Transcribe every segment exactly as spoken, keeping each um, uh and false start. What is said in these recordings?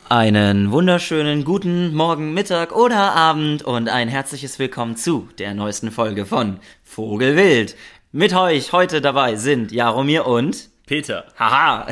Einen wunderschönen guten Morgen, Mittag oder Abend und ein herzliches Willkommen zu der neuesten Folge von Vogelwild. Mit euch heute dabei sind Jaromir und Peter. Haha.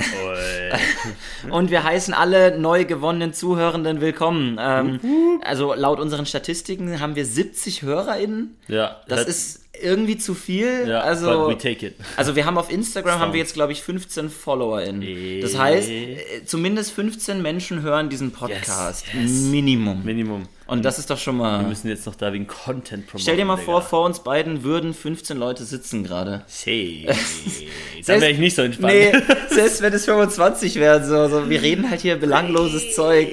Und wir heißen alle neu gewonnenen Zuhörenden willkommen. Ähm, also laut unseren Statistiken haben wir siebzig HörerInnen. Ja. Das ist irgendwie zu viel. Ja, also, but we take it. Also wir haben auf Instagram haben wir jetzt, glaube ich, fünfzehn FollowerInnen. Das heißt, zumindest fünfzehn Menschen hören diesen Podcast. Yes, yes. Minimum. Minimum. Und das ist doch schon mal... Wir müssen jetzt noch da wegen Content promoten. Stell dir mal vor, Digga. vor uns beiden würden fünfzehn Leute sitzen gerade. Hey. Dann wäre ich nicht so entspannt. Nee, selbst wenn es fünfundzwanzig wären, so, so, wir reden halt hier belangloses Zeug.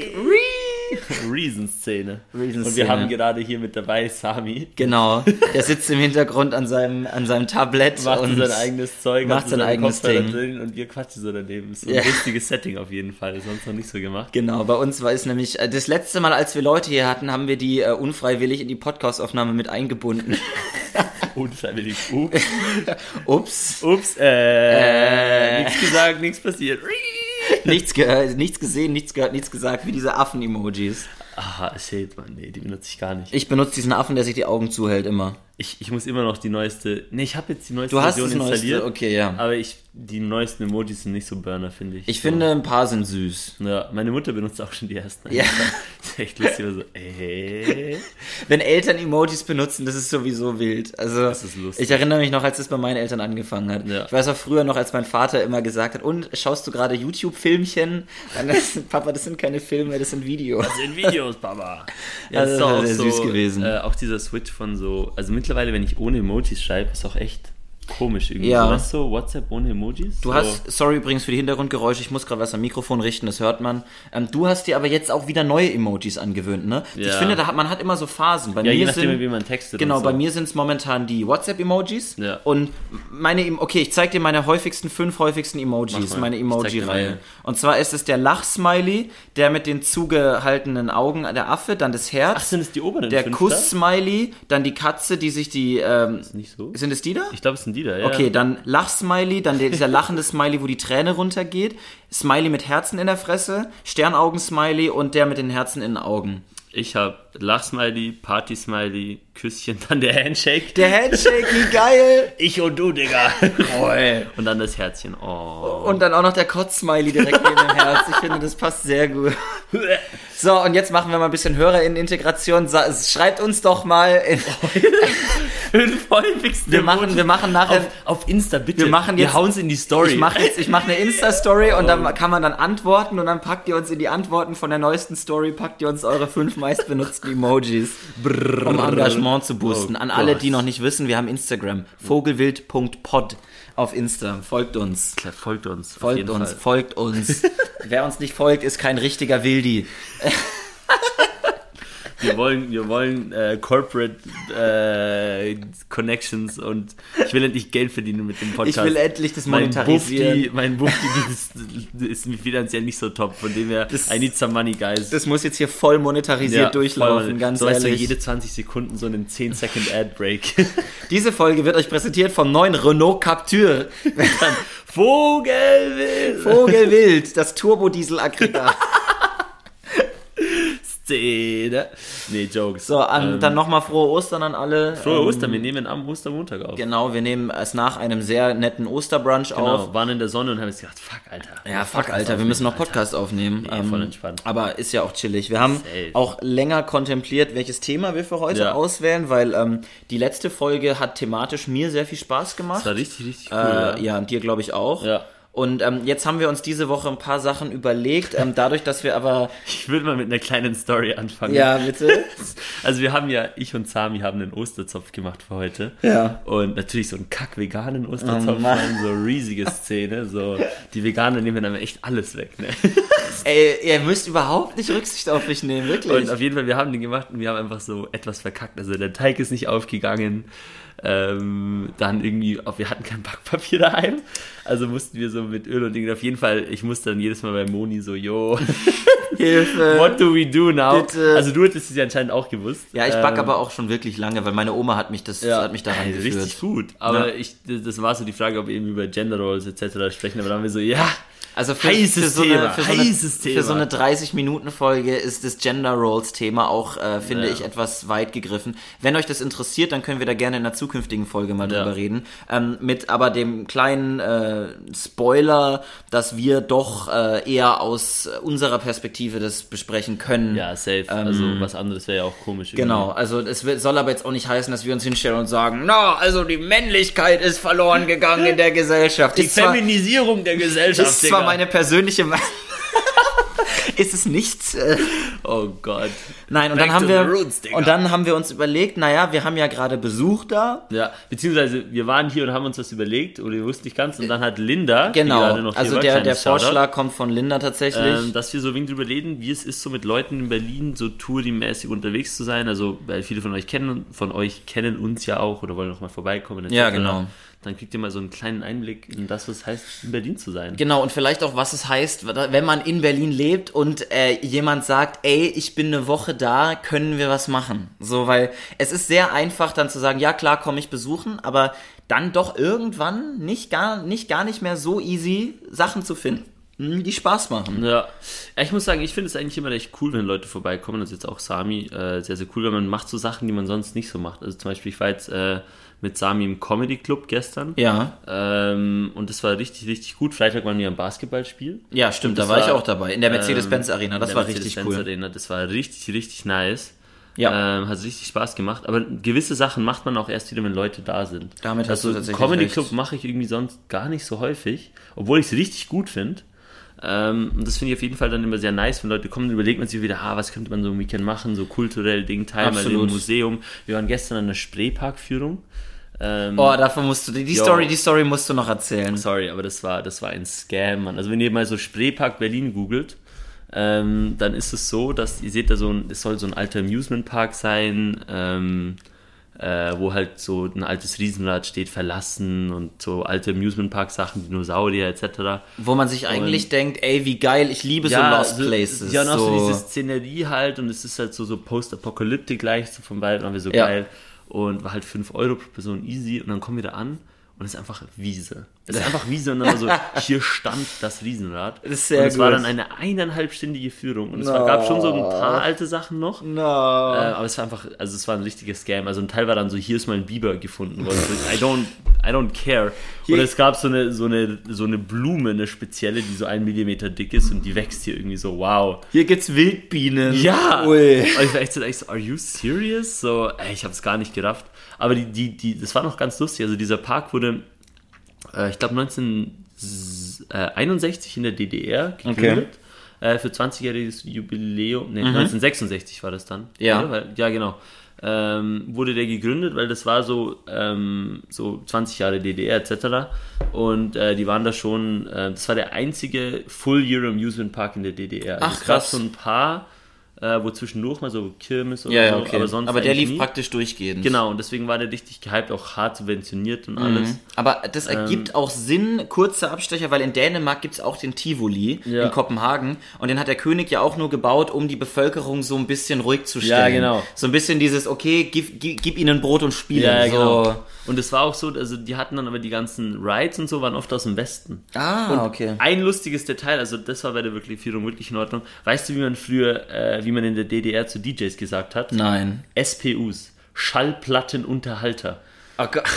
Reason-Szene. Reason-Szene. Und wir haben gerade hier mit dabei Sami. Genau, der sitzt im Hintergrund an seinem, an seinem Tablett Macht und sein eigenes Zeug, macht sein eigenes Ding. Drin und wir quatschen so daneben. Ist so ein Ja. lustiges Setting auf jeden Fall, ist sonst noch nicht so gemacht. Genau, bei uns war es nämlich, äh, das letzte Mal, als wir Leute hier hatten, haben wir die äh, unfreiwillig in die Podcast-Aufnahme mit eingebunden. Unfreiwillig. Ups. Ups. Ups, äh, Äh. nichts gesagt, nichts passiert. Nichts gehört, nichts gesehen, nichts gehört, nichts gesagt, wie diese Affen-Emojis. Aha, shit, Mann, nee, die benutze ich gar nicht. Ich benutze diesen Affen, der sich die Augen zuhält, immer. Ich, ich muss immer noch die neueste, nee, ich habe jetzt die neueste Du hast Version das installiert. neueste, okay, ja. Aber ich, die neuesten Emojis sind nicht so Burner, finde ich. Ich so. finde, ein paar sind süß. Ja, meine Mutter benutzt auch schon die ersten. Ja. Das ist echt lustig, so, ey. Wenn Eltern Emojis benutzen, das ist sowieso wild. Also, Das ist lustig. ich erinnere mich noch, als das bei meinen Eltern angefangen hat. Ja. Ich weiß auch früher noch, als mein Vater immer gesagt hat, und, schaust du gerade YouTube-Filmchen? Dann das, Papa, das sind keine Filme, das sind Videos. Das sind Videos, Papa. Ja, Also, das ist das auch ist so, süß gewesen. Äh, auch dieser Switch von so, also mittlerweile, wenn ich ohne Emojis schreibe, ist auch echt komisch irgendwie. Ja. So, weißt du, WhatsApp ohne Emojis? Du so. hast, sorry übrigens für die Hintergrundgeräusche, ich muss gerade was am Mikrofon richten, das hört man. Ähm, du hast dir aber jetzt auch wieder neue Emojis angewöhnt, ne? Ja. Ich finde, da hat, man hat immer so Phasen. Bei Ja, mir je nachdem, sind, wie man textet. Genau, und so. bei mir sind es momentan die WhatsApp-Emojis. Ja. Und meine, Em- okay, ich zeig dir meine häufigsten, fünf häufigsten Emojis, Mach mal. meine Ich zeig dir Emoji-Reihe. meine. Und zwar ist es der Lach-Smiley, der mit den zugehaltenen Augen, der Affe, dann das Herz. Ach, sind es die oberen der fünf Kuss-Smiley, dann die Katze, die sich die, ähm, da? Nicht so? sind es die da? Ich glaube, es sind die da, ja. Okay, dann Lach-Smiley, dann der, dieser lachende Smiley, wo die Träne runtergeht, Smiley mit Herzen in der Fresse, Sternaugen-Smiley und der mit den Herzen in den Augen. Ich habe Lachsmiley, Party-Smiley, Küsschen, dann der Handshake. Der Handshake, wie geil! Ich und du, Digga. Toll. Und dann das Herzchen. Oh. Und dann auch noch der Kotz-Smiley direkt neben dem Herz. Ich finde, das passt sehr gut. So, und jetzt machen wir mal ein bisschen HörerInnen-Integration. Sa- Schreibt uns doch mal. In, Fünf häufigsten wir machen, wir machen nachher. auf, auf Insta, bitte. Wir machen jetzt- wir hauen's in die Story. Ich mache jetzt, ich mache eine Insta-Story und dann kann man dann antworten und dann packt ihr uns in die Antworten von der neuesten Story, packt ihr uns eure fünf meistbenutzten Emojis, um Engagement zu boosten. Oh An alle, Gott. die noch nicht wissen, wir haben Instagram, vogelwild punkt pod auf Insta. Folgt uns. Klar, folgt uns. auf Folgt jeden uns, Fall. folgt uns. Wer uns nicht folgt, ist kein richtiger Wildi. Wir wollen, wir wollen äh, Corporate äh, Connections und ich will endlich Geld verdienen mit dem Podcast. Ich will endlich das mein monetarisieren. Bufti, mein Bufti ist, ist finanziell nicht so top, von dem her, Das- I need some money, guys. Das muss jetzt hier voll monetarisiert Ja, durchlaufen, voll. ganz so heißt ehrlich. So jede zwanzig Sekunden so einen zehn Second Ad-Break. Diese Folge wird euch präsentiert vom neuen Renault Captur. Vogelwild! Vogelwild, das Turbodiesel-Aggregat. Szene. Nee, Jokes. So, an, Ähm, dann nochmal frohe Ostern an alle. Frohe Ähm, Ostern, wir nehmen am Ostermontag auf. Genau, wir nehmen es nach einem sehr netten Osterbrunch Genau, auf. waren in der Sonne und haben jetzt gedacht, fuck, Alter. Ja, fuck, Podcast Alter, wir müssen noch aufnehmen, Podcast aufnehmen. Nee, voll entspannt. Aber ist ja auch chillig. Wir haben Safe. auch länger kontempliert, welches Thema wir für heute Ja. auswählen, weil ähm, die letzte Folge hat thematisch mir sehr viel Spaß gemacht. Das war richtig, richtig cool. Äh, ja, und dir glaube ich auch. Ja. Und ähm, jetzt haben wir uns diese Woche ein paar Sachen überlegt, ähm, dadurch, dass wir aber... Ich würde mal mit einer kleinen Story anfangen. Ja, bitte. Also wir haben ja, ich und Sami haben einen Osterzopf gemacht für heute. Ja. Und natürlich so einen kack-veganen Osterzopf, Oh Mann. so riesige Szene. So, die Veganer nehmen dann echt alles weg, ne? Ey, ihr müsst überhaupt nicht Rücksicht auf mich nehmen, wirklich. Und auf jeden Fall, wir haben den gemacht und wir haben einfach so etwas verkackt. Also der Teig ist nicht aufgegangen. Ähm, dann irgendwie, auch wir hatten kein Backpapier daheim, also mussten wir so mit Öl und Dingen, auf jeden Fall, ich musste dann jedes Mal bei Moni so, yo, Hilfe. what do we do now? Bitte. Also du hättest es ja anscheinend auch gewusst. Ja, ich back Ähm, aber auch schon wirklich lange, weil meine Oma hat mich das hat mich daran also geführt. richtig gut, aber Ja. ich, das war so die Frage, ob wir eben über Gender Roles et cetera sprechen, aber dann haben wir so, ja, Also für, heißes für, so, Thema, eine, für, so, heißes eine, Thema. für so eine dreißig-Minuten-Folge ist das Gender-Roles-Thema auch, äh, finde ja. ich, etwas weit gegriffen. Wenn euch das interessiert, dann können wir da gerne in einer zukünftigen Folge mal ja. drüber reden. Ähm, mit aber dem kleinen äh, Spoiler, dass wir doch äh, eher aus unserer Perspektive das besprechen können. Ja, safe. Ähm, also was anderes wäre ja auch komisch. Irgendwie. Genau, also es wird, soll aber jetzt auch nicht heißen, dass wir uns hinstellen und sagen, na, also die Männlichkeit ist verloren gegangen in der Gesellschaft. Die ist zwar, Feminisierung der Gesellschaft, ist zwar Digga. meine persönliche Meinung. Ist es nicht? Äh, oh Gott. Nein, und Back dann haben to wir the roots, Digga. und dann haben wir uns überlegt, naja, wir haben ja gerade Besuch da. Ja, beziehungsweise wir waren hier und haben uns was überlegt oder wir wussten nicht ganz und dann hat Linda, Genau, die gerade noch hier also war, der, der kleines Shoutout, Vorschlag kommt von Linda tatsächlich. ähm, dass wir so ein wenig drüber reden, wie es ist, so mit Leuten in Berlin so touring-mäßig unterwegs zu sein. Also, weil viele von euch kennen von euch kennen uns ja auch oder wollen noch mal vorbeikommen. et cetera. Ja, genau. Dann kriegt ihr mal so einen kleinen Einblick in das, was es heißt, in Berlin zu sein. Genau, und vielleicht auch, was es heißt, wenn man in Berlin lebt und äh, jemand sagt, ey, ich bin eine Woche da, können wir was machen? So, weil es ist sehr einfach dann zu sagen, ja klar, komme ich besuchen, aber dann doch irgendwann nicht gar, nicht gar nicht mehr so easy, Sachen zu finden, die Spaß machen. Ja, ich muss sagen, ich finde es eigentlich immer echt cool, wenn Leute vorbeikommen. Das ist jetzt auch Sami äh, sehr, sehr cool, weil man macht so Sachen, die man sonst nicht so macht. Also zum Beispiel, ich war jetzt äh, mit Sami im Comedy Club gestern. Ja. Ähm, und das war richtig, richtig gut. Freitag waren wir am Basketballspiel. Ja, stimmt, da war ich auch dabei. In der Mercedes-Benz Arena, das war richtig cool. Arena, das war richtig, richtig nice. Ja. Ähm, hat richtig Spaß gemacht. Aber gewisse Sachen macht man auch erst wieder, wenn Leute da sind. Damit hast also, du tatsächlich Comedy recht. Club mache ich irgendwie sonst gar nicht so häufig, obwohl ich es richtig gut finde. Ähm, und das finde ich auf jeden Fall dann immer sehr nice, wenn Leute kommen, dann überlegt man sich wieder, ah, was könnte man so im Weekend machen, so kulturell Ding, teilweise Absolut. im Museum. Wir waren gestern an der Spreepark-Führung. Ähm, Oh, davon musst du, die, die Jo. Story, die Story musst du noch erzählen. Sorry, aber das war, das war ein Scam, Mann. Also wenn ihr mal so Spreepark Berlin googelt, ähm, dann ist es so, dass ihr seht da so ein, es soll so ein alter Amusement Park sein, ähm, äh, wo halt so ein altes Riesenrad steht, verlassen und so alte Amusement Park Sachen, Dinosaurier et cetera. Wo man sich eigentlich Und- denkt, ey, wie geil, ich liebe so Lost Places. Ja, und auch so, so diese Szenerie halt und es ist halt so, so Post-Apokalyptik gleich, so vom Wald waren wir so Ja. geil und war halt fünf Euro pro Person easy und dann kommen wir da an und es ist einfach Wiese. Es ist einfach Wiese und dann so, hier stand das Riesenrad. Das ist sehr und es war gut. dann eine eineinhalbstündige Führung und es No. war, gab schon so ein paar alte Sachen noch. No. Äh, aber es war einfach, also es war ein richtiges Scam. Also ein Teil war dann so, hier ist mal ein Biber gefunden worden. So, I don't, I don't care. Hier- Und es gab so eine, so eine, so eine Blume, eine spezielle, die so einen Millimeter dick ist und die wächst hier irgendwie so, wow. Hier gibt's Wildbienen. Ja! Ui. Und ich war echt so, echt so, are you serious? So, ey, ich hab's gar nicht gerafft. Aber die, die, die, das war noch ganz lustig. Also dieser Park wurde, äh, ich glaube neunzehnhunderteinundsechzig in der D D R gegründet. Äh, für zwanzigjähriges Jubiläum. Ne, neunzehnhundertsechsundsechzig war das dann. Ja. Ja, weil, ja genau. Ähm, wurde der gegründet, weil das war so, ähm, so zwanzig Jahre D D R et cetera. Und äh, die waren da schon, äh, das war der einzige Full-Year Amusement Park in der D D R. Also Ach, es gab krass. so ein paar, äh, wo zwischendurch mal so Kirmes oder Ja, ja, so, okay. aber sonst aber der eigentlich lief nie. praktisch durchgehend. Genau, und deswegen war der richtig gehypt, auch hart subventioniert und alles. Mhm. Aber das ergibt auch Sinn, kurzer Abstecher, weil in Dänemark gibt's auch den Tivoli Ja. in Kopenhagen und den hat der König ja auch nur gebaut, um die Bevölkerung so ein bisschen ruhig zu stellen. Ja, genau. So ein bisschen dieses, okay, gib, gib, gib ihnen Brot und Spiele. Ja, so. genau. Und es war auch so, also die hatten dann aber die ganzen Rides und so, waren oft aus dem Westen. Ah, Und okay. ein lustiges Detail, also das war bei der wirklich Führung wirklich in Ordnung. Weißt du, wie man früher, äh, wie man in der D D R zu D Js gesagt hat? Nein. S P Us. Schallplattenunterhalter. Oh Gott.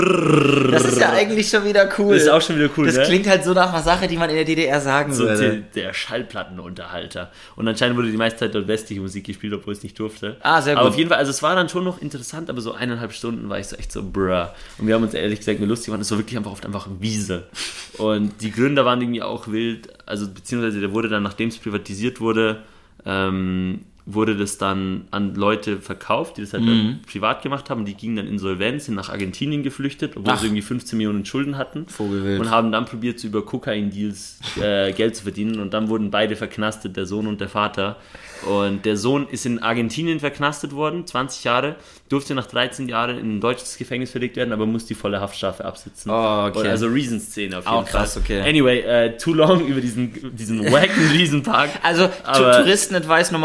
Das ist ja eigentlich schon wieder cool. Das ist auch schon wieder cool, Das ne? klingt halt so nach einer Sache, die man in der D D R sagen So würde. der, der Schallplattenunterhalter. Und anscheinend wurde die meiste Zeit dort westliche Musik gespielt, obwohl es nicht durfte. Ah, sehr Aber gut. auf jeden Fall, also es war dann schon noch interessant, aber so eineinhalb Stunden war ich so echt so, bruh. Und wir haben uns ehrlich gesagt nur lustig gemacht, es war wirklich einfach oft einfach Wiese. Und die Gründer waren irgendwie auch wild, also beziehungsweise der wurde dann, nachdem es privatisiert wurde, ähm, wurde das dann an Leute verkauft, die das halt Mhm. dann privat gemacht haben. Die gingen dann insolvent, sind nach Argentinien geflüchtet, obwohl Ach. sie irgendwie fünfzehn Millionen Schulden hatten. Vogelwild. Und haben dann probiert, so über Kokain-Deals äh, Geld zu verdienen. Und dann wurden beide verknastet, der Sohn und der Vater. Und der Sohn ist in Argentinien verknastet worden, zwanzig Jahre, durfte nach dreizehn Jahren in ein deutsches Gefängnis verlegt werden, aber muss die volle Haftstrafe absitzen. Oh, okay. Und also Riesenszene auf jeden Auch krass, Fall. okay. Anyway, äh, too long über diesen, diesen wacken Riesenpark. Also, Aber- Touristen-Advice Nummer eins, geht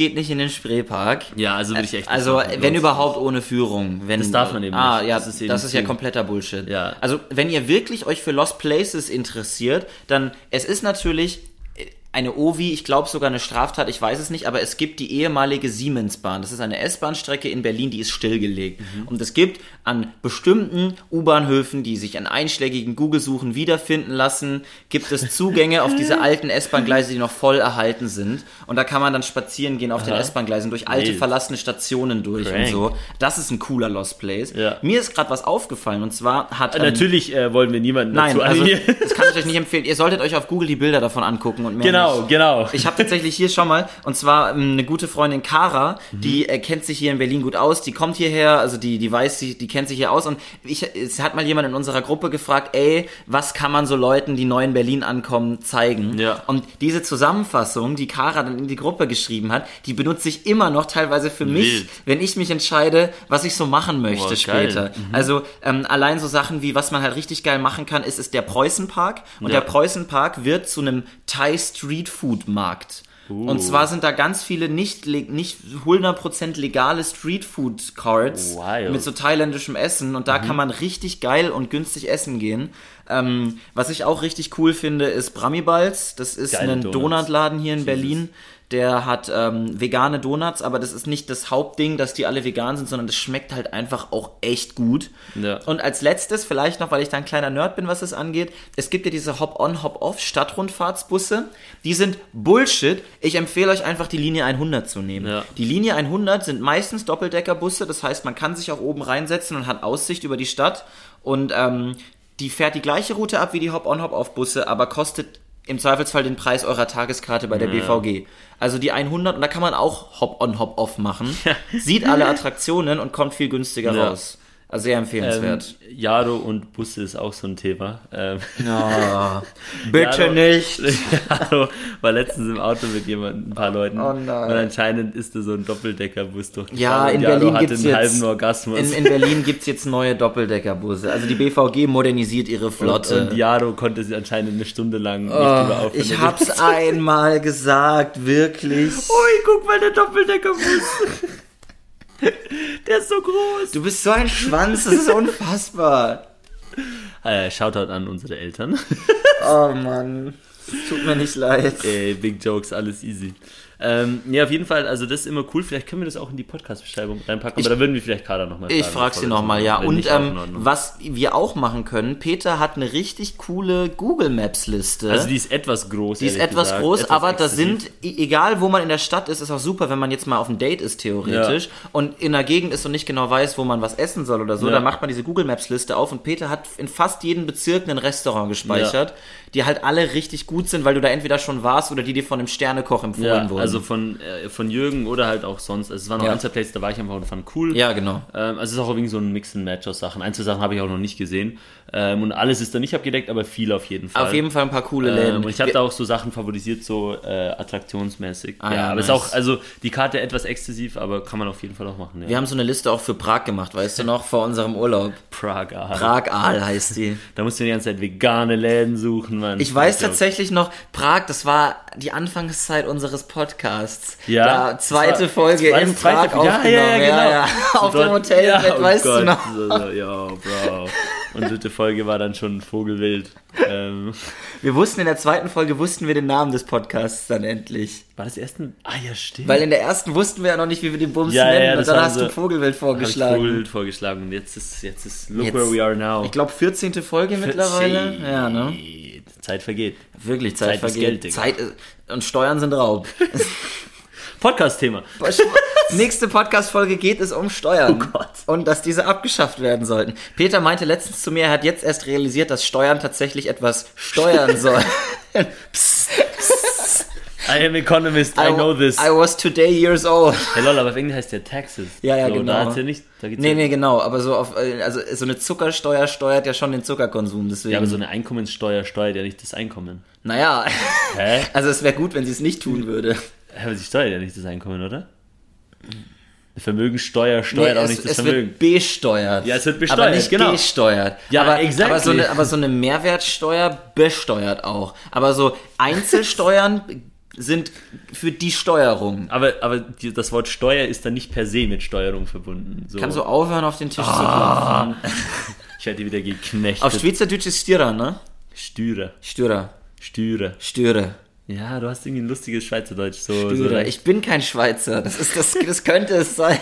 geht nicht in den Spreepark. Ja, also würde ich echt nicht Also, machen. wenn Lohnt's überhaupt ohne Führung. Wenn, Das darf man eben ah, nicht. ja, Das das ist ist, eben das ist ja Ding. kompletter Bullshit. Ja. Also, wenn ihr wirklich euch für Lost Places interessiert, dann, es ist natürlich eine O V I, ich glaube sogar eine Straftat, ich weiß es nicht, aber es gibt die ehemalige Siemensbahn. Das ist eine S-Bahn-Strecke in Berlin, die ist stillgelegt. Mhm. Und es gibt an bestimmten U-Bahnhöfen, die sich an einschlägigen Google-Suchen wiederfinden lassen, gibt es Zugänge auf diese alten S-Bahn-Gleise, die noch voll erhalten sind. Und da kann man dann spazieren gehen auf Aha. den S-Bahn-Gleisen, durch alte, Wild. verlassene Stationen durch Crank. und so. Das ist ein cooler Lost Place. Ja. Mir ist gerade was aufgefallen, und zwar hat... Ähm, Natürlich äh, wollen wir niemanden Nein, dazu also, animieren. das kann ich euch nicht empfehlen. Ihr solltet euch auf Google die Bilder davon angucken und mehr Genau, nicht. genau. Ich habe tatsächlich hier schon mal, und zwar ähm, eine gute Freundin Kara, mhm. die äh, kennt sich hier in Berlin gut aus, die kommt hierher, also die die weiß, die, die kennt sich hier aus, und ich, es hat mal jemand in unserer Gruppe gefragt, ey, was kann man so Leuten, die neu in Berlin ankommen, zeigen? Ja. Und diese Zusammenfassung, die Kara dann in die Gruppe geschrieben hat, die benutze ich immer noch teilweise für mich, Wild. wenn ich mich entscheide, was ich so machen möchte Boah, später. geil. Mhm. Also ähm, allein so Sachen wie, was man halt richtig geil machen kann, ist, ist der Preußenpark, und Ja. der Preußenpark wird zu einem Thai Street Food Markt. Uh. Und zwar sind da ganz viele nicht, nicht hundert Prozent legale Streetfood-Cards Wild. mit so thailändischem Essen, und da mhm. kann man richtig geil und günstig essen gehen. Ähm, was ich auch richtig cool finde, ist Bramibals. Das ist Geile ein Donuts. Donutladen hier in Jesus. Berlin. Der hat ähm, vegane Donuts, aber das ist nicht das Hauptding, dass die alle vegan sind, sondern das schmeckt halt einfach auch echt gut. Ja. Und als letztes, vielleicht noch, weil ich da ein kleiner Nerd bin, was das angeht, es gibt ja diese Hop-on, Hop-off Stadtrundfahrtsbusse. Die sind Bullshit. Ich empfehle euch einfach, die Linie hundert zu nehmen. Ja. Die Linie hundert sind meistens Doppeldeckerbusse, das heißt, man kann sich auch oben reinsetzen und hat Aussicht über die Stadt. Und ähm, die fährt die gleiche Route ab wie die Hop-on, Hop-off-Busse, aber kostet im Zweifelsfall den Preis eurer Tageskarte bei der Ja. B V G. Also die hundert, und da kann man auch Hop-on, Hop-off machen. Sieht alle Attraktionen und kommt viel günstiger Ja. raus. Also sehr empfehlenswert. Ähm, Jaro und Busse ist auch so ein Thema. Ähm, Ja, bitte Jaro, nicht. Jaro war letztens im Auto mit jemandem, ein paar Leuten. Oh nein. Und anscheinend ist da so ein Doppeldeckerbus durchgefahren. Ja, in und Jaro Berlin hatte gibt's einen jetzt halben Orgasmus. in, in Berlin gibt's jetzt neue Doppeldeckerbusse. Also die B V G modernisiert ihre Flotte. Und, und Jaro konnte sie anscheinend eine Stunde lang nicht Oh, über aufhören. ich hab's einmal gesagt, wirklich. Ui, guck mal, der Doppeldeckerbus. Der ist so groß. Du bist so ein Schwanz, das ist unfassbar. Äh, Shoutout an unsere Eltern. Oh Mann, tut mir nicht leid. Ey, Big Jokes, alles easy. Ähm, ja, auf jeden Fall, also das ist immer cool. Vielleicht können wir das auch in die Podcast-Beschreibung reinpacken, Ich- aber da würden wir vielleicht Kader nochmal Ich frag sie nochmal, ja. Wenn Und nicht, auch ähm, in Ordnung. was wir auch machen können, Peter hat eine richtig coole Google Maps Liste. Also die ist etwas groß. Die ist ehrlich etwas gesagt, groß, etwas aber da exzessiv. sind, e- egal wo man in der Stadt ist, ist auch super, wenn man jetzt mal auf ein Date ist, theoretisch, Ja. und in der Gegend ist und nicht genau weiß, wo man was essen soll oder so, Ja. dann macht man diese Google Maps Liste auf, und Peter hat in fast jedem Bezirk ein Restaurant gespeichert, die halt alle richtig gut sind, weil du da entweder schon warst oder die dir von einem Sternekoch empfohlen Ja, wurden. also von, äh, von Jürgen oder halt auch sonst. Also es waren noch Ja. Einzelplaces, da war ich einfach und fand cool. Ja, genau. Ähm, also es ist auch irgendwie so ein Mix and Match aus Sachen. Einzelsachen habe ich auch noch nicht gesehen. Ähm, und alles ist da nicht abgedeckt, aber viel auf jeden Fall. Auf jeden Fall ein paar coole Läden. Ähm, und ich habe Wir- da auch so Sachen favorisiert, so äh, attraktionsmäßig. Ah, ja, ja, aber nice. ist auch, also die Karte etwas exzessiv, aber kann man auf jeden Fall auch machen. Ja. Wir haben so eine Liste auch für Prag gemacht, weißt du noch, vor unserem Urlaub. Prague. Aha. Prag-Aal heißt die. Da musst du die ganze Zeit vegane Läden suchen, Mann. Ich weiß Ja. tatsächlich noch, Prag, das war die Anfangszeit unseres Podcasts. Ja, Da, das zweite war- Folge zweite- in zweite- Prag ja, aufgenommen. ja, ja, genau. Auf Und dem dort- Hotelbett, ja, oh weißt Gott. du noch? So, so, ja, Bro. Und dritte Folge war dann schon Vogelwild. Ähm, Wir wussten in der zweiten Folge, wussten wir den Namen des Podcasts dann endlich. war das erste? Ah ja, stimmt. Weil in der ersten wussten wir ja noch nicht, wie wir den Bums Ja, ja, nennen. ja, und das dann haben hast sie- du Vogelwild Hab ich vorgeschlagen. Vogelwild vorgeschlagen. Und jetzt ist, jetzt ist, look Jetzt- where we are now. Ich glaube, vierzehnte Folge mittlerweile. Shit. Ja, ne? Zeit vergeht. Wirklich, Zeit, Zeit ist vergeht. Geld, Digga. Zeit ist, und Steuern sind Raub. Podcast-Thema. Nächste Podcast-Folge geht es um Steuern. Oh Gott. Und dass diese abgeschafft werden sollten. Peter meinte letztens zu mir, er hat jetzt erst realisiert, dass Steuern tatsächlich etwas steuern sollen. I am economist, I, I know this. I was today years old. Hey lol, aber auf Englisch heißt der Taxes. Ja, ja, so, genau. Da hat's ja nicht, da geht's Nee, ja, nee, genau. Aber so auf, äh, also so eine Zuckersteuer steuert ja schon den Zuckerkonsum. Deswegen. ja, aber so eine Einkommenssteuer steuert ja nicht das Einkommen. Naja. Hä? Also es wäre gut, wenn sie es nicht tun würde. Aber sie steuert ja nicht das Einkommen, oder? Eine Vermögenssteuer steuert Nee, auch es, nicht das es Vermögen. wird besteuert. Ja, es wird besteuert, aber nicht genau. gesteuert. Ja, aber, exactly. aber, so eine, aber so eine Mehrwertsteuer besteuert auch. Aber so Einzelsteuern sind für die Steuerung. Aber, aber die, das Wort Steuer ist dann nicht per se mit Steuerung verbunden. So. Kannst du aufhören, auf den Tisch zu klopfen? Ich werde wieder geknechtet. Auf Schweizerdeutsch ist Styrer, ne? Stüre. Styrer. Stüre. Stüre. Ja, du hast irgendwie ein lustiges Schweizerdeutsch. So, Stüre. so Ich bin kein Schweizer. Das ist das, das könnte es sein.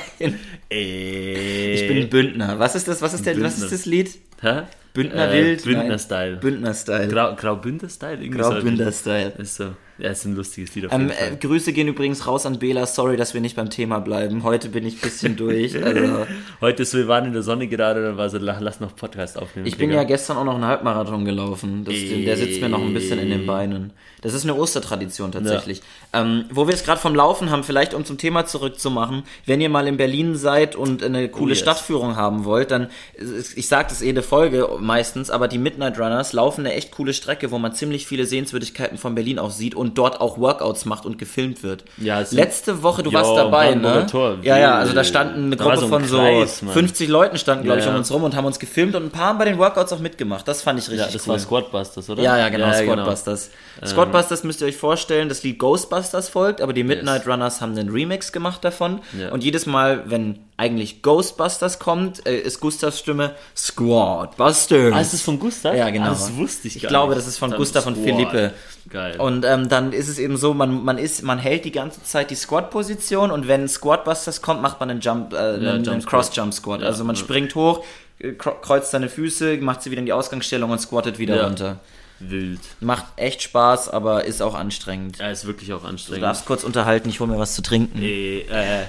Ey. Ich bin Bündner. Was ist das? Was ist der, was ist das Lied? Hä? Bündner äh, Wild? Bündner-Style. Bündner-Style. Grau, Graubünder-Style? Irgendwie so. Graubünder-Style. Ist so. Ja, ist ein lustiges Lied auf jeden Ähm, Fall. äh, Grüße gehen übrigens raus an Bela. Sorry, dass wir nicht beim Thema bleiben. Heute bin ich ein bisschen durch. Also, Heute ist, wir waren in der Sonne gerade, dann war so, lass noch Podcast aufnehmen. ich bin ja gestern auch noch einen Halbmarathon gelaufen. Das, der sitzt mir noch ein bisschen in den Beinen. Das ist eine Ostertradition tatsächlich. Ja. Ähm, wo wir es gerade vom Laufen haben, vielleicht um zum Thema zurückzumachen, wenn ihr mal in Berlin seid und eine coole Oh, yes. Stadtführung haben wollt, dann, ich sage das eh eine Folge meistens, aber die Midnight Runners laufen eine echt coole Strecke, wo man ziemlich viele Sehenswürdigkeiten von Berlin auch sieht und dort auch Workouts macht und gefilmt wird. Ja, es Letzte Woche, du Jo, warst dabei, Brandenburger ne? Tor. Ja, ja, also da standen eine Da war Gruppe so ein von Kreis, so Mann. fünfzig Leuten standen, glaube Ja, ich, um ja. uns rum und haben uns gefilmt und ein paar haben bei den Workouts auch mitgemacht. Das fand ich richtig Ja, das cool. war Squadbusters, oder? Ja, ja, genau, ja, Squadbusters. Squadbusters müsst ihr euch vorstellen, das Lied Ghostbusters folgt, aber die Midnight Yes. Runners haben einen Remix gemacht davon. Ja. Und jedes Mal, wenn eigentlich Ghostbusters kommt, äh, ist Gustavs Stimme Squadbusters. Ah, ist das von Gustav? Ja, genau. Ah, das wusste ich Ich gar glaube, nicht. das ist von Dann Gustav und Squad. Philippe. Geil. Und ähm, dann ist es eben so, man, man, ist, man hält die ganze Zeit die Squat-Position und wenn Squadbusters kommt, macht man einen Jump, äh, einen, Jump einen Squat. Cross-Jump-Squat. Ja, Also man ja. springt hoch, äh, kro- kreuzt seine Füße, macht sie wieder in die Ausgangsstellung und squattet wieder Ja. runter. Wild. Macht echt Spaß, aber ist auch anstrengend. Ja, ist wirklich auch Du anstrengend. darfst kurz unterhalten, ich hole mir was zu trinken. Nee,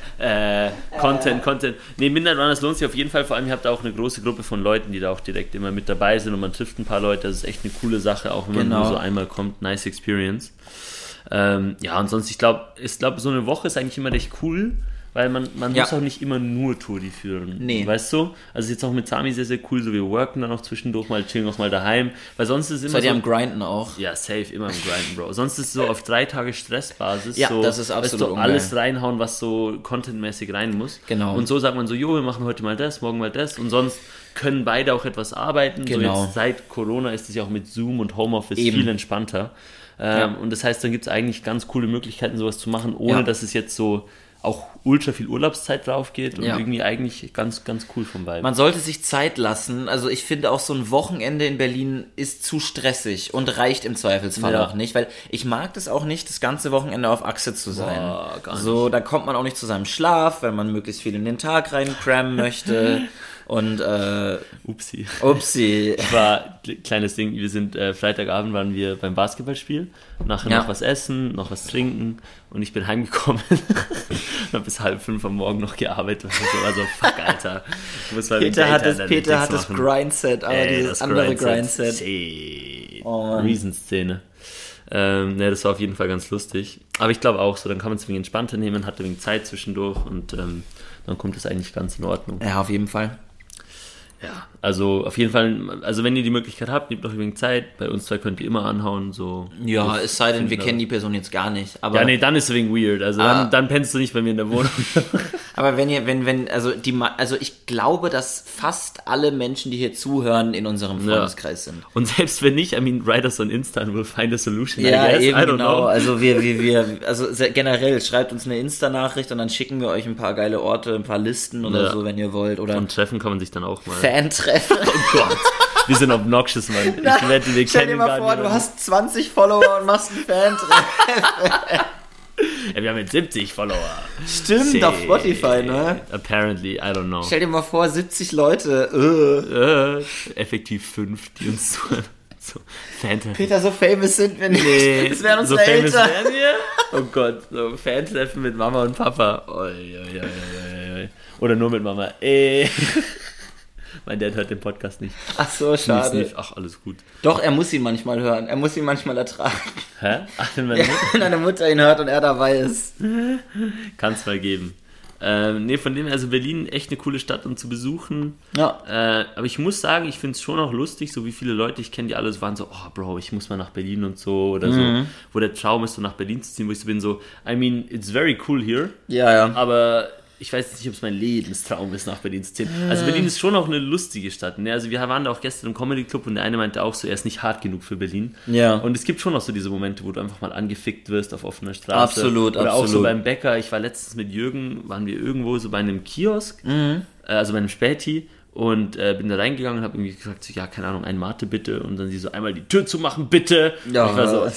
äh, äh, Content, Content. Nee, Midnight Runners lohnt sich auf jeden Fall. Vor allem, ihr habt da auch eine große Gruppe von Leuten, die da auch direkt immer mit dabei sind und man trifft ein paar Leute. Das ist echt eine coole Sache, auch wenn man Genau. nur so einmal kommt. Nice Experience. Ähm, ja, und sonst, ich glaube, ich glaube, so eine Woche ist eigentlich immer recht cool, weil man, man Ja. muss auch nicht immer nur Touri führen. Nee. Weißt du? Also jetzt auch mit Sami sehr, sehr cool, so wir worken dann auch zwischendurch mal, chillen auch mal daheim, weil sonst ist es immer Seid ihr so, am Grinden auch? ja, safe, immer im Grinden, Bro. Sonst ist es so auf drei Tage Stressbasis. Ja, so, das ist absolut weißt du, ungeil. alles reinhauen, was so contentmäßig rein muss. Genau. Und so sagt man so, jo, wir machen heute mal das, morgen mal das. Und sonst können beide auch etwas arbeiten. Genau. So jetzt seit Corona ist es ja auch mit Zoom und Homeoffice Eben. viel entspannter. Ähm, Ja. Und das heißt, dann gibt es eigentlich ganz coole Möglichkeiten, sowas zu machen, ohne Ja. dass es jetzt so auch ultra viel Urlaubszeit drauf geht und Ja. irgendwie eigentlich ganz, ganz cool vom Vibe. Man sollte sich Zeit lassen. Also ich finde auch so ein Wochenende in Berlin ist zu stressig und reicht im Zweifelsfall Ja. auch nicht, weil ich mag das auch nicht, das ganze Wochenende auf Achse zu sein. Boah, gar nicht. So, da kommt man auch nicht zu seinem Schlaf, weil man möglichst viel in den Tag reincrammen möchte. Und äh, Upsi. upsi. War kleines Ding, wir sind äh, Freitagabend waren wir beim Basketballspiel, nachher Ja. noch was essen, noch was trinken und ich bin heimgekommen und habe bis halb fünf am Morgen noch gearbeitet und so, also fuck, Alter. Ich muss mal mit Peter hat Data das, Peter Analytics hat das machen. Grindset, aber Ey, dieses das andere Grindset. Grindset. Shit. Oh Mann. Riesenszene. Ähm, ne, das war auf jeden Fall ganz lustig. Aber ich glaube auch so, dann kann man es ein wenig entspannter nehmen, hat ein wenig Zeit zwischendurch und ähm, dann kommt es eigentlich ganz in Ordnung. Ja, auf jeden Fall. Ja, also auf jeden Fall, also wenn ihr die Möglichkeit habt, nehmt noch ein wenig Zeit. Bei uns zwei könnt ihr immer anhauen, so. Ja, es sei denn, wir finde kennen die Person jetzt gar nicht. Aber Ja, nee, dann ist es wegen weird. Also Ah. dann, dann pennst du nicht bei mir in der Wohnung. Aber wenn ihr, wenn, wenn, also die, Ma- also ich glaube, dass fast alle Menschen, die hier zuhören, in unserem Freundeskreis sind. Und selbst wenn nicht, I mean, write us on Insta and we'll find a solution. I Ja, guess. eben I don't genau. know. Also wir, wir, wir, also sehr generell schreibt uns eine Insta-Nachricht und dann schicken wir euch ein paar geile Orte, ein paar Listen oder Ja. so, wenn ihr wollt. Oder Und treffen kann man sich dann auch mal. Fan-Treffen. Oh Gott, wir sind obnoxious, Mann. Ich wette, wir Stell dir kennen mal gar vor, du niemanden. hast zwanzig Follower und machst ein Fan-Treffen. Ja, wir haben jetzt siebzig Follower. Stimmt, Shit. auf Spotify, ne? Apparently, I don't know. Stell dir mal vor, siebzig Leute. Äh. Äh, effektiv fünf, die uns so, so Fan-Treffen. Peter, so famous sind wir nicht. Nee, das wären so unsere famous Eltern. wären wir. Oh Gott, so Fan-Treffen mit Mama und Papa. Oi, oi, oi, oi, oi. Oder nur mit Mama. Ey. Mein Dad hört den Podcast nicht. Ach so, Sniff, schade. sniff. Ach, alles gut. Doch, er muss ihn manchmal hören. Er muss ihn manchmal ertragen. Hä? Ach, wenn meine Mutter... Wenn deine Mutter ihn hört und er dabei ist. Kann's mal geben. Ähm, nee, von dem her, also Berlin echt eine coole Stadt, um zu besuchen. Ja. Äh, aber ich muss sagen, ich finde es schon auch lustig, so wie viele Leute ich kenne, die alles waren so, oh Bro, ich muss mal nach Berlin und so, oder Mhm. so, wo der Traum ist, so nach Berlin zu ziehen, wo ich so bin, so, I mean, it's very cool here, Ja, ja. aber ich weiß nicht, ob es mein Lebenstraum ist, nach Berlin zu ziehen. Also Berlin ist schon auch eine lustige Stadt. Ne? Also wir waren da auch gestern im Comedy Club und der eine meinte auch so, er ist nicht hart genug für Berlin. Ja. Und es gibt schon auch so diese Momente, wo du einfach mal angefickt wirst auf offener Straße. Absolut, Oder absolut. auch so beim Bäcker. Ich war letztens mit Jürgen, waren wir irgendwo so bei einem Kiosk, Mhm. also bei einem Späti. Und äh, bin da reingegangen und habe irgendwie gesagt, so, ja, keine Ahnung, ein Mate bitte. Und dann sie so, einmal die Tür zu machen, bitte. Ja. Und ich war so,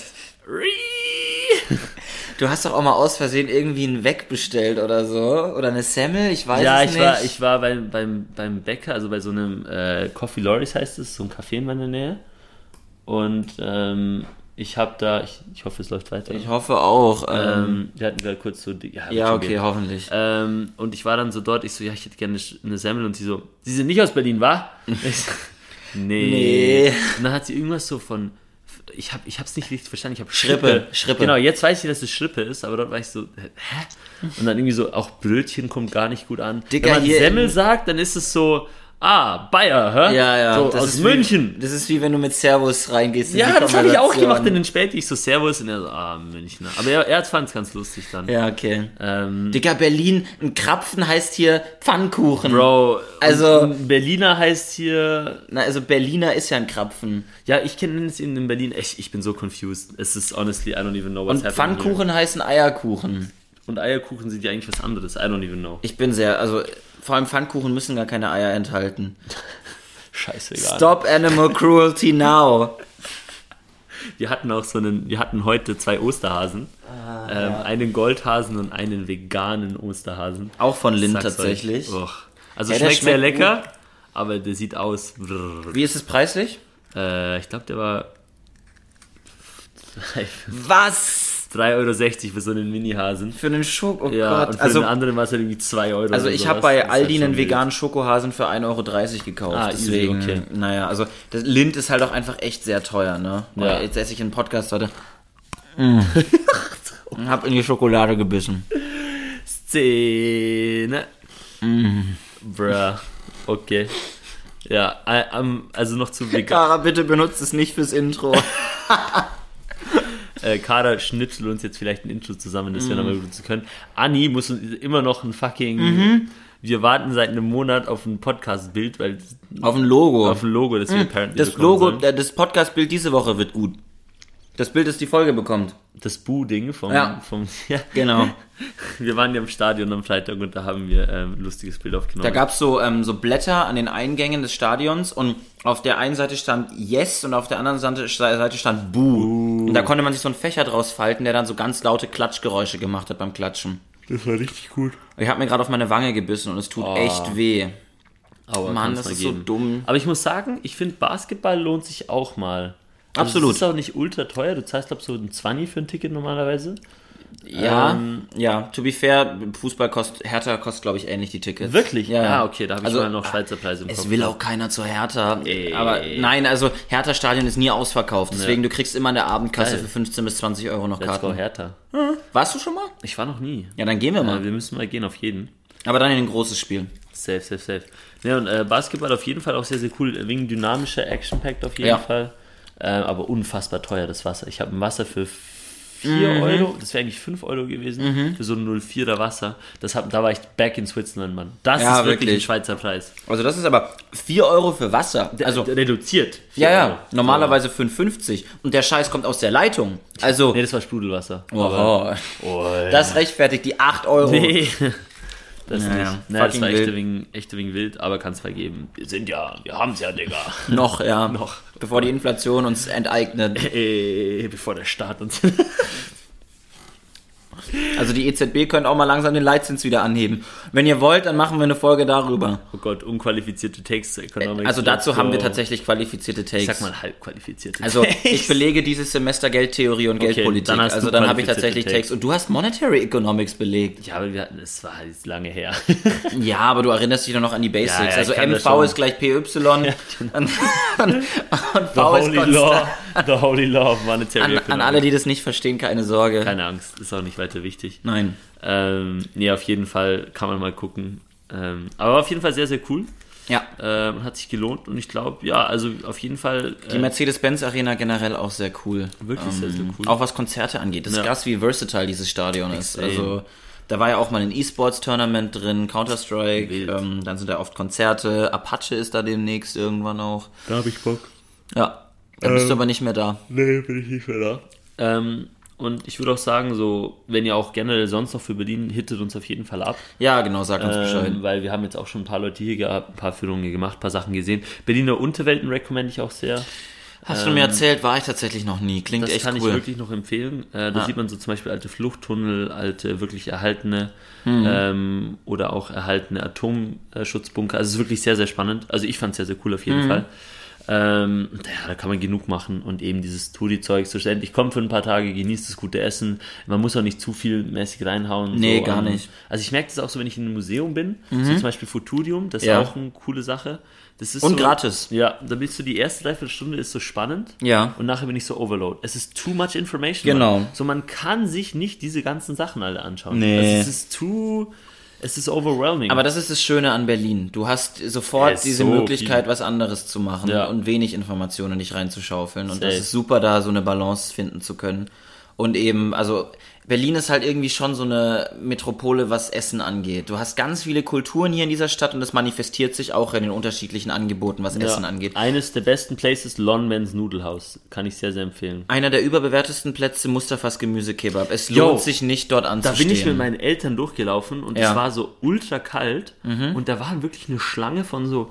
Du hast doch auch mal aus Versehen irgendwie einen Weck bestellt oder so. Oder eine Semmel, ich weiß ja, es ich nicht. war, ich war beim, beim, beim Bäcker, also bei so einem äh, Coffee Loris heißt es, so ein Café in meiner Nähe. Und ähm, ich habe da, ich, ich hoffe, es läuft weiter. Ich hoffe auch. Ähm, Ähm, wir hatten gerade kurz so, die, ja, wird ja, schon okay, gehen. hoffentlich. Ähm, und ich war dann so dort, ich so, ja, ich hätte gerne eine Semmel. Und sie so, Sie sind nicht aus Berlin, wa? Ich so, nee. Nee. Und dann hat sie irgendwas so von, ich habe ich hab's nicht richtig verstanden, ich habe Schrippe, Schrippe. Schrippe. Genau, jetzt weiß ich, dass es Schrippe ist, aber dort war ich so, hä? Und dann irgendwie so, auch Brötchen kommt gar nicht gut an. Digga, Wenn man hier Semmel in- sagt, dann ist es so, ah, Bayer, hä? Ja, ja. So, das aus ist München. Wie, das ist wie wenn du mit Servus reingehst. in Ja, die das habe ich auch Konversation. gemacht in den Späti. Ich so, Servus. Und er so, ah, Münchner. Aber er, er fand es ganz lustig dann. Ja, okay. Ähm, Digga, Berlin, ein Krapfen heißt hier Pfannkuchen. Bro, Also- und ein Berliner heißt hier... Na, also Berliner ist ja ein Krapfen. Ja, ich kenne es in Berlin. Ich, ich bin so confused. Es ist honestly, I don't even know what's Und happening Pfannkuchen heißen Eierkuchen. here. Und Eierkuchen sind ja eigentlich was anderes. I don't even know. Ich bin sehr, also vor allem Pfannkuchen müssen gar keine Eier enthalten. Scheißegal. Stop Animal Cruelty now. Wir hatten auch so einen... Wir hatten heute zwei Osterhasen. Ah, ähm, Einen Goldhasen und einen veganen Osterhasen. Auch von Lind Sag's tatsächlich. euch. Och. Also Ja, der schmeckt sehr schmeckt lecker, aber der sieht aus... brrr. Wie ist es preislich? Äh, ich glaube, der war Was? drei Euro sechzig für so einen Mini-Hasen. Für einen Schoko, oh Ja, Gott. und für Also, einen anderen war es halt irgendwie zwei Euro. also oder ich sowas. habe bei Das ist Aldi halt einen schon wild. veganen Schokohasen für ein Euro dreißig gekauft. Ah, easy, Deswegen, okay. naja, also das Lind ist halt auch einfach echt sehr teuer, ne? Ja. Ja. Jetzt esse ich einen Podcast heute. Mm. Hab in die Schokolade gebissen. Szene. Mm. Bruh. Okay. Ja, äh, ähm, also noch zu vegan. Kara, bitte benutzt es nicht fürs Intro. Äh, Kader schnipselt uns jetzt vielleicht ein Intro zusammen, das wir nochmal benutzen können. Anni muss uns immer noch ein fucking... Mhm. Wir warten seit einem Monat auf ein Podcast-Bild, weil Auf ein Logo. auf ein Logo, das wir apparently Das bekommen Logo, sollen. äh, das Podcast-Bild diese Woche wird gut. Das Bild, das die Folge bekommt. Das Bu-Ding vom, Ja. vom ja. Genau. Wir waren ja im Stadion am Freitag und da haben wir ähm, ein lustiges Bild aufgenommen. Da gab's so, ähm, so Blätter an den Eingängen des Stadions und auf der einen Seite stand Yes und auf der anderen Seite Seite stand Buh. Und da konnte man sich so einen Fächer draus falten, der dann so ganz laute Klatschgeräusche gemacht hat beim Klatschen. Das war richtig gut. Ich habe mir gerade auf meine Wange gebissen und es tut Oh. echt weh. Aber Mann, kann's das mal ist so geben. dumm. Aber ich muss sagen, ich finde Basketball lohnt sich auch mal. Also Absolut. Es ist auch nicht ultra teuer. Du zahlst, glaube ich, so ein zwanzig für ein Ticket normalerweise. Ja, Ähm, ja, to be fair, Fußball kostet, Hertha kostet, glaube ich, ähnlich die Tickets. Wirklich? Ja, ja. Ah, okay, da habe ich Also, mal noch Schweizer Preise im Kopf. Es will auch keiner zur Hertha. Ey. Aber nein, also Hertha-Stadion ist nie ausverkauft. Deswegen, du kriegst immer in der Abendkasse Geil. für fünfzehn bis zwanzig Euro noch Let's go Karten. Hertha. Warst du schon mal? Ich war noch nie. Ja, dann gehen wir mal. Äh, wir müssen mal gehen auf jeden. Aber dann in ein großes Spiel. Safe, safe, safe. Ja, und äh, Basketball auf jeden Fall auch sehr, sehr cool. Wegen dynamischer Action-Packed auf jeden Ja. Fall. Äh, aber unfassbar teuer, das Wasser. Ich habe ein Wasser für vier Mhm. Euro, das wäre eigentlich fünf Euro gewesen, für so ein null Komma vierer Wasser. Das hab, da war ich back in Switzerland, Mann. Das Ja, ist wirklich, wirklich. ein Schweizer Preis. Also das ist aber vier Euro für Wasser. Also, Also reduziert. vier ja, ja, Euro. normalerweise fünf fünfzig. Und der Scheiß kommt aus der Leitung. Also, Nee, das war Sprudelwasser. oho, Oh, das rechtfertigt die acht Euro. nee. Das Ja, nicht. ja. Na, das Fucking war echt wild. ein wenig, echt ein wenig wild, aber kann es vergeben. Wir sind ja, wir haben's ja, Digga. Noch, ja. Noch. Bevor die Inflation uns enteignet. Äh, bevor der Staat uns... Also die E Z B könnte auch mal langsam den Leitzins wieder anheben. Wenn ihr wollt, dann machen wir eine Folge darüber. Oh Gott, unqualifizierte Takes zu Economics. Also dazu let's haben wir go. tatsächlich qualifizierte Takes. Ich sag mal halb qualifizierte Also Takes. ich belege dieses Semester Geldtheorie und Okay, Geldpolitik. dann hast du Also dann habe ich qualifizierte tatsächlich Takes. Takes. Und du hast Monetary Economics belegt. Ja, aber wir hatten, es war jetzt lange her. Ja, aber du erinnerst dich doch noch an die Basics. Ja, ja, ich also kann M das V schon. ist gleich P Y und, und, und The V ist Holy konstant. Law, the Holy Law of Monetary An, Economics. an alle, die das nicht verstehen, keine Sorge. Keine Angst, ist auch nicht weiter wichtig. Nein. Ähm, nee, auf jeden Fall kann man mal gucken. Ähm, aber auf jeden Fall sehr, sehr cool. Ja. Ähm, hat sich gelohnt und ich glaube, ja, also auf jeden Fall. Die Äh, Mercedes-Benz Arena generell auch sehr cool. Wirklich sehr, sehr cool. Auch was Konzerte angeht. Das ist Ja. krass, wie versatile dieses Stadion ist. Extrem. Also Da war ja auch mal ein E-Sports-Tournament drin, Counter-Strike, ähm, dann sind da oft Konzerte, Apache ist da demnächst irgendwann auch. Da hab ich Bock. Ja, da ähm, bist du aber nicht mehr da. Nee, bin ich nicht mehr da. Ähm, und ich würde auch sagen, so, wenn ihr auch generell sonst noch für Berlin, hittet uns auf jeden Fall ab. Ja, genau, sagt uns Bescheid. Ähm, weil wir haben jetzt auch schon ein paar Leute hier gehabt, ein paar Führungen gemacht, ein paar Sachen gesehen. Berliner Unterwelten recommend ich auch sehr. Hast ähm, du mir erzählt, war ich tatsächlich noch nie. Klingt echt cool. Das kann ich wirklich noch empfehlen. Äh, da ah. sieht man so zum Beispiel alte Fluchttunnel, alte wirklich erhaltene mhm. ähm, oder auch erhaltene Atomschutzbunker. Also es ist wirklich sehr, sehr spannend. Also ich fand es sehr, sehr cool auf jeden mhm. Fall. Ähm, ja, da kann man genug machen und eben dieses Touri-Zeug so ständig. Kommt für ein paar Tage, genießt das gute Essen. Man muss auch nicht zu viel mäßig reinhauen. Nee, so. gar ähm, nicht. Also ich merke das auch so, wenn ich in einem Museum bin, mhm. so zum Beispiel Futurium, das ist ja. auch eine coole Sache. Das ist und so, gratis. Ja, da bist du die erste Dreiviertelstunde ist so spannend. Ja. Und nachher bin ich so overload. Es ist too much information. Genau. Man. So, man kann sich nicht diese ganzen Sachen alle anschauen. Nee. Also es ist too... Es ist overwhelming. Aber das ist das Schöne an Berlin. Du hast sofort diese so Möglichkeit, viel. was anderes zu machen ja. und wenig Informationen nicht reinzuschaufeln. Und Safe. das ist super, da so eine Balance finden zu können. Und eben, also Berlin ist halt irgendwie schon so eine Metropole, was Essen angeht. Du hast ganz viele Kulturen hier in dieser Stadt und das manifestiert sich auch in den unterschiedlichen Angeboten, was ja. Essen angeht. Eines der besten Places, Lonmans Nudelhaus. Kann ich sehr, sehr empfehlen. Einer der überbewertesten Plätze, Mustafas Gemüsekebab. Es Yo, lohnt sich nicht, dort anzustehen. Da bin ich mit meinen Eltern durchgelaufen und es ja. war so ultra kalt mhm. und da war wirklich eine Schlange von so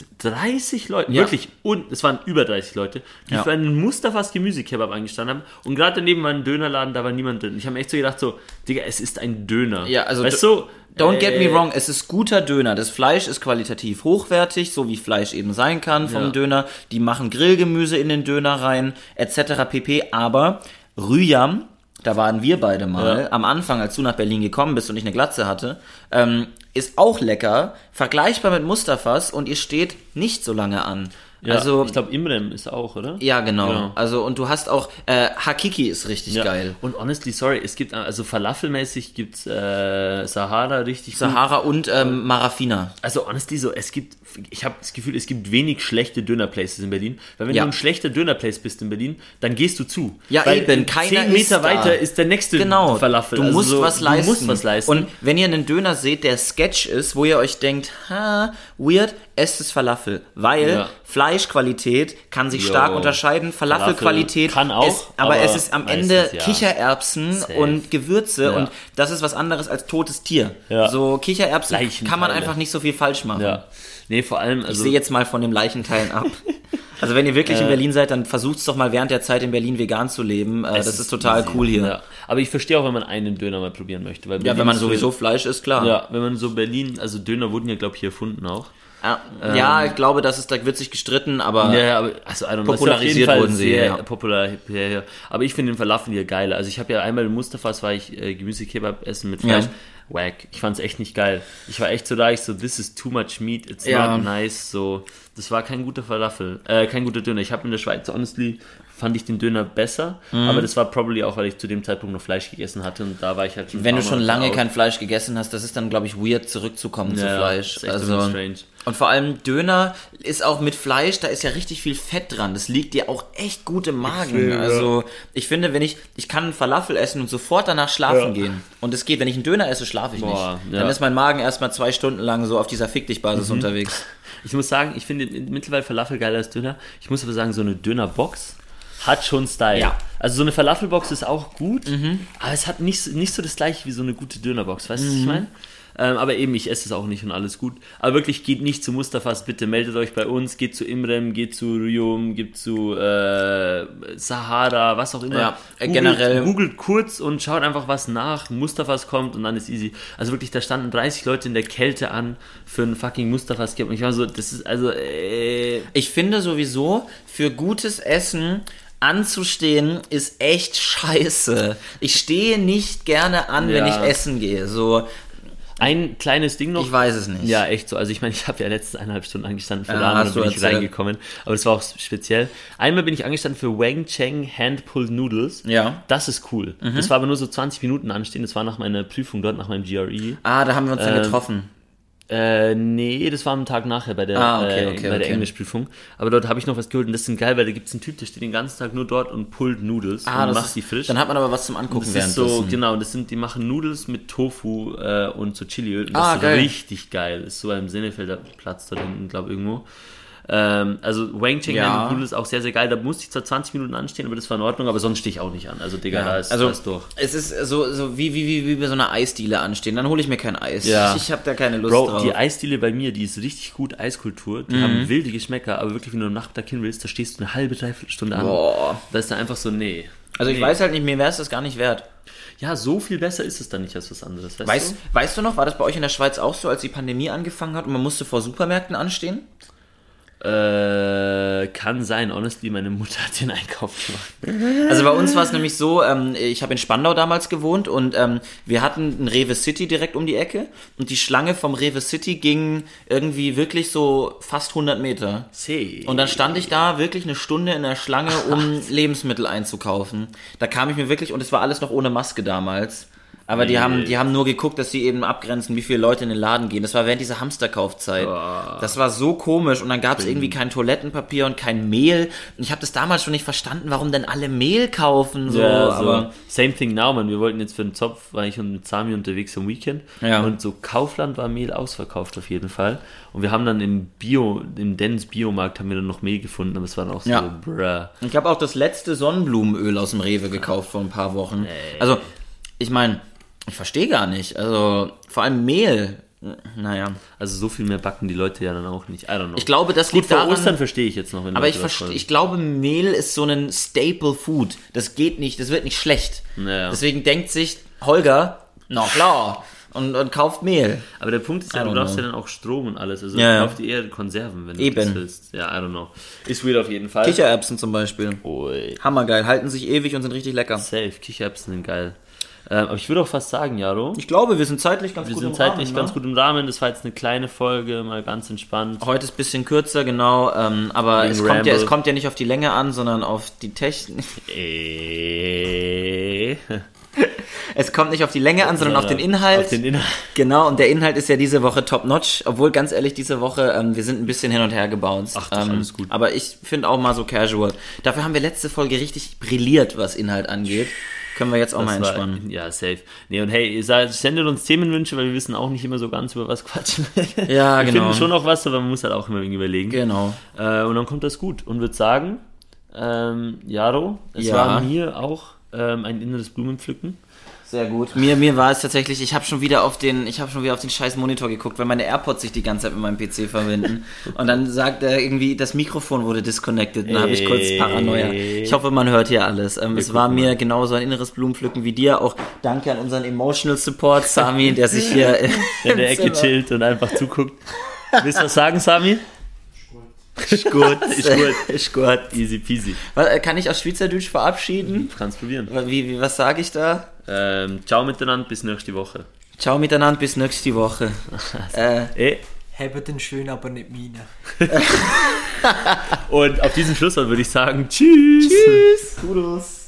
dreißig Leuten, ja. wirklich, und es waren über dreißig Leute, die ja. für einen Mustafas Gemüsekebab eingestanden haben und gerade daneben war ein Dönerladen, da war niemand drin. Ich habe mir echt so gedacht, so, Digga, es ist ein Döner. Ja, also weißt du, don't äh, get me wrong, es ist guter Döner. Das Fleisch ist qualitativ hochwertig, so wie Fleisch eben sein kann vom ja. Döner. Die machen Grillgemüse in den Döner rein, et cetera pp. Aber Rüyam, da waren wir beide mal, ja. am Anfang, als du nach Berlin gekommen bist und ich eine Glatze hatte, ähm, ist auch lecker, vergleichbar mit Mustafas und ihr steht nicht so lange an. Ja, also, ich glaube Imrem ist auch, oder? Ja, genau. genau. Also und du hast auch, äh, Hakiki ist richtig ja. geil. Und honestly, sorry, es gibt, also falafelmäßig gibt's äh, Sahara richtig Sahara gut. und ähm, Marafina. Also honestly, so, es gibt, ich habe das Gefühl, es gibt wenig schlechte Dönerplaces in Berlin. Weil wenn ja. du ein schlechter Dönerplace bist in Berlin, dann gehst du zu. Ja, weil eben, keiner zehn Meter ist weiter da. ist der nächste genau. Falafel. Du, also musst so, was du leisten. musst was leisten. Und wenn ihr einen Döner seht, der Sketch ist, wo ihr euch denkt, ha, weird, esst es Falafel. Weil ja. Fleischqualität kann sich Yo. stark unterscheiden. Falafelqualität kann auch, ist, aber, aber es ist am Ende ja. Kichererbsen Safe. Und Gewürze ja. und das ist was anderes als totes Tier. Ja. So Kichererbsen kann man einfach nicht so viel falsch machen. Ja. Nee, vor allem, also ich sehe jetzt mal von den Leichenteilen ab. Also wenn ihr wirklich äh, in Berlin seid, dann versucht's doch mal während der Zeit in Berlin vegan zu leben. Äh, das ist, ist total easy. Cool hier. Ja. Aber ich verstehe auch, wenn man einen Döner mal probieren möchte. Weil ja, wenn man sowieso so, Fleisch isst, klar. Ja, wenn man so Berlin, also Döner wurden ja, glaube ich, hier erfunden auch. Ja, ähm, ja, ich glaube, das ist, da wird sich gestritten, aber, ja, aber also, popularisiert wurden sie. Sehr ja. Popular, ja, ja. Aber ich finde den Falafel hier geil. Also ich habe ja einmal in Mustafas war ich äh, Gemüsekebab essen mit Fleisch. Ja. Wack. Ich fand's echt nicht geil. Ich war echt so da, ich so, this is too much meat, it's ja. not nice. So, das war kein guter Falafel, äh, kein guter Döner. Ich habe in der Schweiz, honestly, fand ich den Döner besser, mhm. aber das war probably auch, weil ich zu dem Zeitpunkt noch Fleisch gegessen hatte und da war ich halt schon. Wenn du schon lange kein Fleisch gegessen hast, das ist dann, glaube ich, weird, zurückzukommen ja, zu Fleisch. Das ist echt also strange. Und vor allem Döner ist auch mit Fleisch, da ist ja richtig viel Fett dran. Das liegt dir auch echt gut im Magen. Viel, also ja. ich finde, wenn ich, ich kann einen Falafel essen und sofort danach schlafen ja. gehen. Und es geht, wenn ich einen Döner esse, schlafe ich Boah, nicht. Ja. Dann ist mein Magen erstmal zwei Stunden lang so auf dieser Fick-dich-Basis mhm. unterwegs. Ich muss sagen, ich finde mittlerweile Falafel geiler als Döner. Ich muss aber sagen, so eine Dönerbox hat schon Style. Ja. Also so eine Falafelbox ist auch gut, mhm. aber es hat nicht, nicht so das gleiche wie so eine gute Dönerbox. Weißt du, mhm. was ich meine? Ähm, aber eben, ich esse es auch nicht und alles gut. Aber wirklich, geht nicht zu Mustafas, bitte meldet euch bei uns, geht zu Imrem, geht zu Rüyum, geht zu äh, Sahara, was auch immer. Ja, googelt, generell. Googelt kurz und schaut einfach, was nach Mustafas kommt und dann ist easy. Also wirklich, da standen dreißig Leute in der Kälte an für einen fucking Mustafas und ich war so, das ist also äh Ich finde sowieso, für gutes Essen anzustehen ist echt scheiße. Ich stehe nicht gerne an, ja. wenn ich essen gehe. So ein kleines Ding noch. Ich weiß es nicht. Ja, echt so. Also ich meine, ich habe ja letztens eineinhalb Stunden angestanden für ja, Laden und bin ich erzählt. reingekommen. Aber es war auch speziell. Einmal bin ich angestanden für Wang Cheng Hand-Pulled Noodles. Ja. Das ist cool. Mhm. Das war aber nur so zwanzig Minuten anstehen. Das war nach meiner Prüfung dort, nach meinem G R E. Ah, da haben wir uns dann ähm, getroffen. Äh, nee, das war am Tag nachher bei der, Ah, okay, äh, okay, bei der okay. Englischprüfung. Aber dort habe ich noch was geholt und das sind geil, weil da gibt es einen Typ, der steht den ganzen Tag nur dort und pullt Noodles Ah, und das macht ist, die frisch. Dann hat man aber was zum Angucken Das ist so, währenddessen. genau, das sind, die machen Noodles mit Tofu äh, und so Chiliöl. Und das Ah, ist geil. richtig geil. Ist so am Sinnefelder Platz dort hinten, glaube ich, irgendwo. Ähm, also Wang Cheng Ja. Nudeln ist auch sehr, sehr geil. Da musste ich zwar zwanzig Minuten anstehen, aber das war in Ordnung, aber sonst stehe ich auch nicht an. Also Digga, Ja, da ist also das durch. es ist so, so wie, wie, wie, wie bei so einer Eisdiele anstehen. Dann hole ich mir kein Eis. Ja. Ich, ich habe da keine Lust Bro, drauf. die Eisdiele bei mir, die ist richtig gut, Eiskultur. Die Mhm. haben wilde Geschmäcker, aber wirklich, wenn du am Nachmittag hin willst, da stehst du eine halbe, dreiviertel Stunde an. Boah. Da ist dann einfach so, nee. Also ich nee. weiß halt nicht, mir wäre es das gar nicht wert. Ja, so viel besser ist es dann nicht als was anderes, weißt Weißt, du? weißt du noch, war das bei euch in der Schweiz auch so, als die Pandemie angefangen hat und man musste vor Supermärkten anstehen? Äh, kann sein, honestly, meine Mutter hat den Einkauf gemacht. Also bei uns war es nämlich so, ähm, ich habe in Spandau damals gewohnt und ähm, wir hatten ein Rewe City direkt um die Ecke und die Schlange vom Rewe City ging irgendwie wirklich so fast hundert Meter. See. Und dann stand ich da wirklich eine Stunde in der Schlange, um Lebensmittel einzukaufen. Da kam ich mir wirklich, und es war alles noch ohne Maske damals. Aber die Nee. haben, die haben nur geguckt, dass sie eben abgrenzen, wie viele Leute in den Laden gehen. Das war während dieser Hamsterkaufzeit. Oh. Das war so komisch. Und dann gab es irgendwie kein Toilettenpapier und kein Mehl. Und ich habe das damals schon nicht verstanden, warum denn alle Mehl kaufen. So. Ja, so. Aber Same thing now, man. Wir wollten jetzt für den Zopf, war ich mit Sami unterwegs am Weekend. Ja. Und so Kaufland war Mehl ausverkauft auf jeden Fall. Und wir haben dann im Bio, im Dens Biomarkt haben wir dann noch Mehl gefunden, aber es war dann auch so, Ja. bruh. ich habe auch das letzte Sonnenblumenöl aus dem Rewe gekauft vor ein paar Wochen. Also, ich meine, ich verstehe gar nicht. Also, vor allem Mehl. Naja. Also so viel mehr backen die Leute ja dann auch nicht. I don't know. Ich glaube, das Gut, liegt vor daran... Ostern verstehe ich jetzt noch. Wenn Aber Leute ich, was verste- wollen. ich glaube, Mehl ist so ein Staple Food. Das geht nicht, das wird nicht schlecht. Naja. Deswegen denkt sich Holger, na klar, und, und kauft Mehl. Aber der Punkt ist ja, I du don't brauchst know. ja dann auch Strom und alles. Also Ja, ja. kauf dir eher Konserven, wenn du Eben. das willst. Ja, I don't know. Ist weird auf jeden Fall. Kichererbsen zum Beispiel. Ui. Hammergeil, halten sich ewig und sind richtig lecker. Safe, Kichererbsen sind geil. Ähm, aber ich würde auch fast sagen, Jaro, Ich glaube, wir sind zeitlich ganz wir gut sind im zeitlich Rahmen, ganz ne? gut im Rahmen. Das war jetzt eine kleine Folge, mal ganz entspannt. Heute ist ein bisschen kürzer, genau, ähm, aber Wegen es kommt, ja, Ramble. es kommt ja nicht auf die Länge an, sondern auf die Technik. Äh, Es kommt nicht auf die Länge an, sondern auf den Inhalt. Auf den Inhalt. Genau, und der Inhalt ist ja diese Woche top-notch, obwohl ganz ehrlich, diese Woche, ähm, wir sind ein bisschen hin und her gebounced. Ach, das ist ähm, alles gut. Aber ich finde auch mal so casual. Dafür haben wir letzte Folge richtig brilliert, was Inhalt angeht. Können wir jetzt auch mal Das entspannen. War, ja, safe. Nee, und hey, ihr seid- sendet uns Themenwünsche, weil wir wissen auch nicht immer so ganz, über was quatschen. Ja, wir genau. finden schon noch was, aber man muss halt auch immer irgendwie überlegen. Genau. Äh, und dann kommt das gut. Und würde sagen, ähm, Jaro, es Ja. war mir auch ähm, ein inneres Blumenpflücken. Sehr gut. Mir, mir war es tatsächlich, ich habe schon wieder auf den, ich habe schon wieder auf den scheiß Monitor geguckt, weil meine AirPods sich die ganze Zeit mit meinem P C verbinden. Und dann sagt er irgendwie, das Mikrofon wurde disconnected. Und dann habe ich kurz Paranoia. Ich hoffe, man hört hier alles. Ähm, es war gucken mir mal. genauso ein inneres Blumenpflücken wie dir. Auch danke an unseren Emotional Support, Sami, der sich hier Der in der Ecke chillt und einfach zuguckt. Willst du was sagen, Sami? Ist gut. Ist gut. Ist gut. Easy peasy. Was, äh, kann ich aus Schweizerdeutsch verabschieden? Kannst probieren. Wie, wie, was sage ich da? Ähm, ciao miteinander, bis nächste Woche. Ciao miteinander, bis nächste Woche. äh, Eh. Habt den schön, aber nicht meine. Und auf diesem Schlusswort würde ich sagen, tschüss. tschüss. Kudos.